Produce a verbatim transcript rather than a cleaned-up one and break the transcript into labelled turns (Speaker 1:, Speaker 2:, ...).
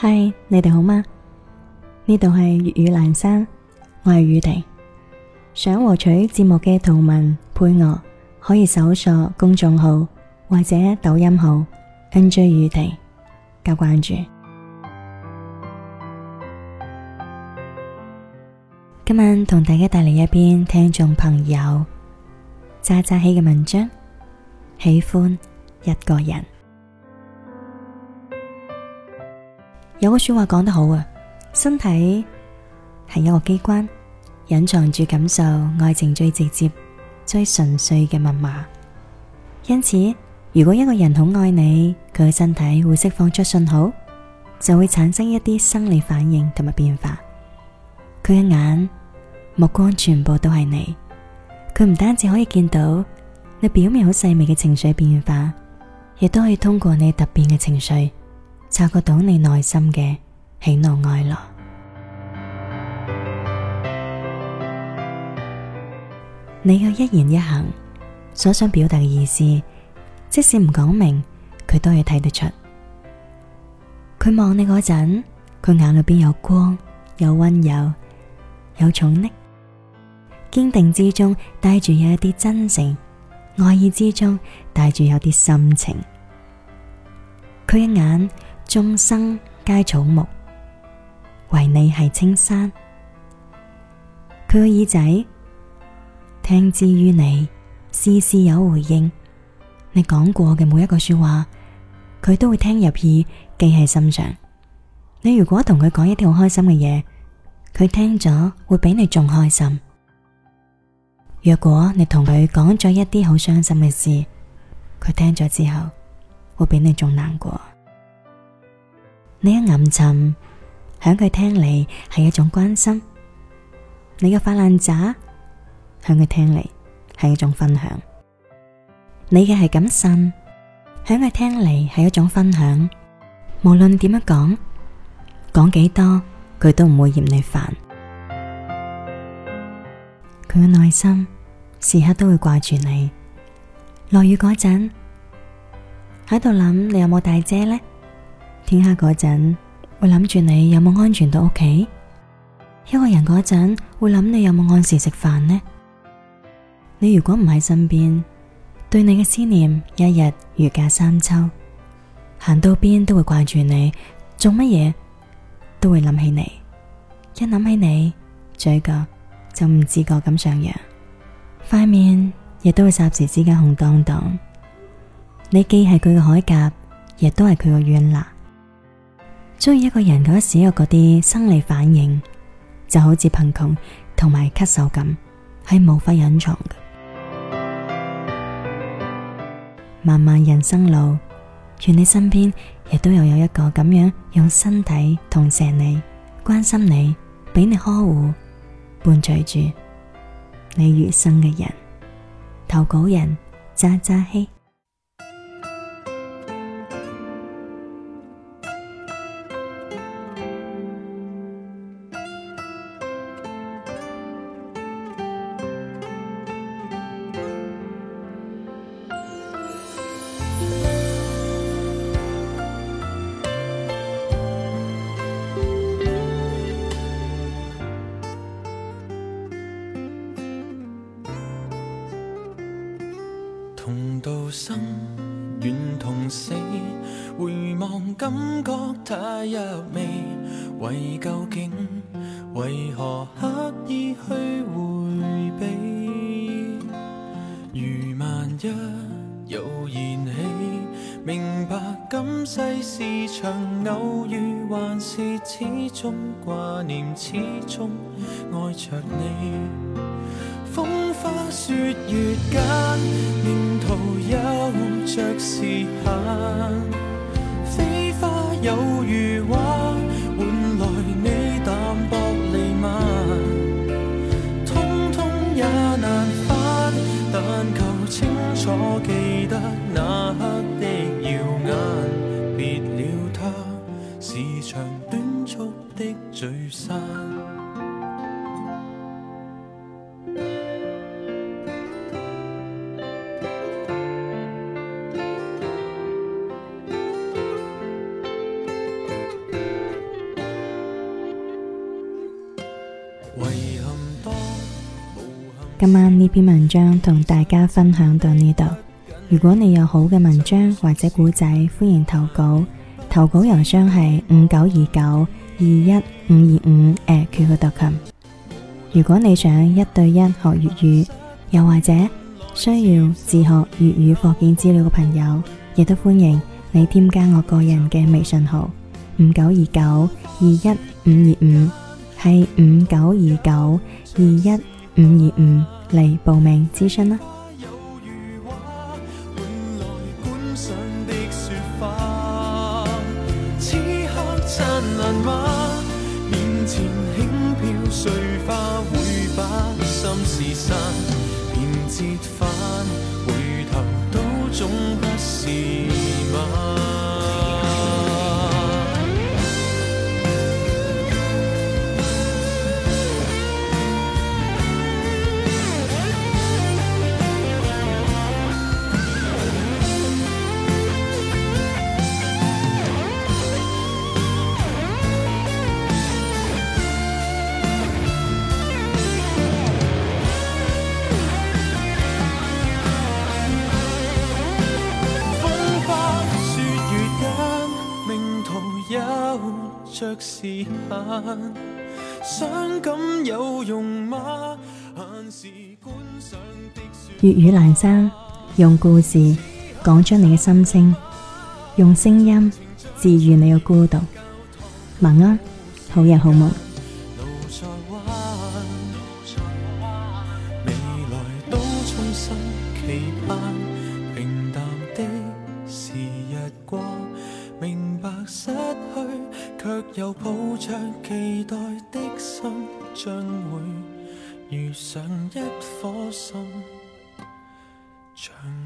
Speaker 1: 嗨，你哋好嗎？呢度係粵語闌珊，我係宇婷。想獲取節目嘅圖文配樂，可以搜索公眾號或者抖音號 N J 宇婷加關注。今晚同大家帶嚟一篇聽眾朋友渣渣希嘅文章，喜歡一個人。有個說話講得好啊，身體係一個機關，隱藏住感受愛情最直接、最純粹嘅密碼。因此，如果一個人好愛你，佢嘅身體會釋放出信號，就會產生一啲生理反應同埋變化。佢嘅眼、目光全部都係你，佢唔單止可以見到你表面好細微嘅情緒變化，亦都可以通過你突變嘅情緒察覺到你內心嘅喜怒哀樂。你嘅一言一行所想表達嘅意思，即使唔講明，佢都可以睇得出。佢望你嗰陣，佢眼裏邊有光，有溫柔，有寵溺，堅定之中帶住有一啲真誠，愛意之中帶住有啲深情。佢嘅眼眾生皆草木，唯你係青山。佢嘅耳仔聽之於你，事事有回應。你講過嘅每一句說話，佢都會聽入耳，記喺心上。你如果同佢講一啲好開心嘅嘢，佢聽咗會比你仲開心。若果你同佢講咗一啲好傷心嘅事，佢聽咗之後會比你仲難過。你嘅吟沉響佢聽嚟係一種關心，你嘅發爛渣響佢聽嚟係一種分享，你嘅係咁呻響佢聽嚟係一種分享。無論點樣講，講幾多，佢都唔會嫌你煩。佢嘅內心時刻都會掛住你。落雨嗰陣喺度諗你有冇帶遮呢？天黑嗰陣會諗住你有冇安全到屋企？一個人嗰陣會諗你有冇按時食飯呢？你如果唔喺身邊，對你嘅思念一日如隔三秋，行到邊都會掛住你，做乜嘢都會諗起你。一諗起你，嘴角就唔自覺咁上揚，塊面亦都會霎時之間紅當當。你既係佢嘅鎧甲，亦都係佢嘅軟肋。中意一個人嗰時有嗰啲生理反應，就好似貧窮同埋咳嗽咁，係無法隱藏嘅。漫漫人生路，願你身邊亦都有有一個咁樣用身體同錫你、關心你、俾你呵護、伴隨住你餘生嘅人。投稿人渣渣希。
Speaker 2: 同道生，願同死，回望感覺太入微，為究竟為何刻意去迴避？如萬一有燃起，明白今世是場偶遇，還是始終掛念，始終愛着你。風花雪月間，沿途有着時限，飛花有如畫，換來你淡薄離漫，通通也難返，但求清楚記得那刻的耀眼。別了他，是場短促的聚散。
Speaker 1: 今晚呢篇文章同大家分享到呢度。如果你有好嘅文章或者古仔，歡迎投稿。投稿郵箱係五九二九二一五二五 at Q Q 點 com。如果你想一對一學粵語，又或者需要自學粵語課件資料嘅朋友，亦都歡迎你添加我個人嘅微信號五九二九二一五二五，係五九二九二一五二五嚟報名諮詢啦。
Speaker 2: 面前輕飄碎花，會把心事散，便折返，回頭都總不是嗎？着時限，傷感有用嗎？閒時觀賞的
Speaker 1: 粵語闌珊，用故事講出你嘅心聲，用聲音治愈你嘅孤獨。晚安，好人好夢。
Speaker 2: 路在彎，未來都衷心期盼，平淡的是日光，明白失去卻又抱着期待的心，將會遇上一顆心像